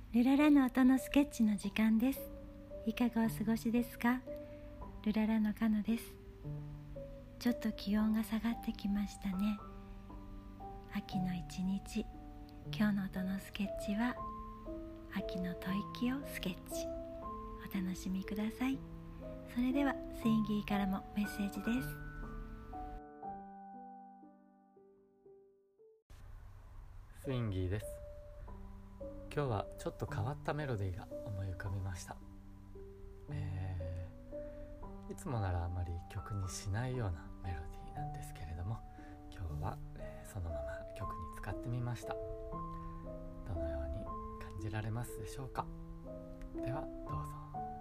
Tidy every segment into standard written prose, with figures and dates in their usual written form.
ルララの音のスケッチの時間です。いかがお過ごしですか？ルララのカノです。ちょっと気温が下がってきましたね。秋の一日、今日の音のスケッチは秋の吐息をスケッチ。お楽しみください。それではスインギーからもメッセージです。 スインギーです。今日はちょっと変わったメロディーが思い浮かびました。いつもならあまり曲にしないようなメロディーなんですけれども、今日は、そのまま曲に使ってみました。どのように感じられますでしょうか？ではどうぞ。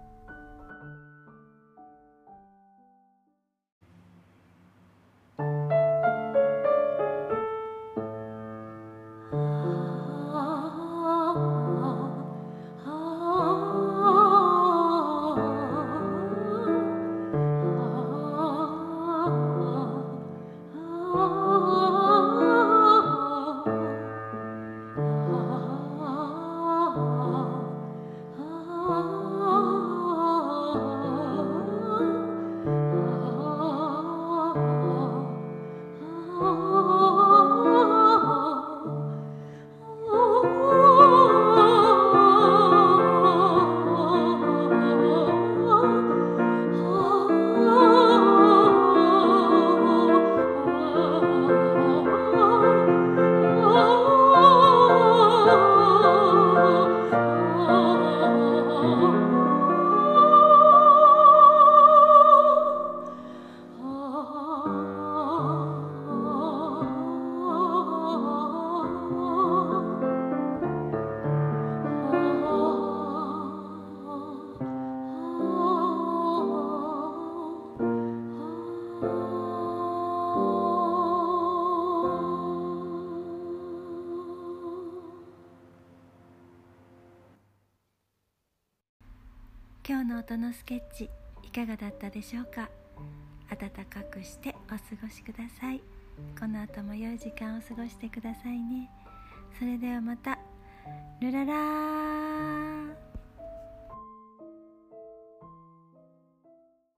今日の音のスケッチいかがだったでしょうか？暖かくしてお過ごしください。この後も良い時間を過ごしてくださいね。それではまた。ルララー。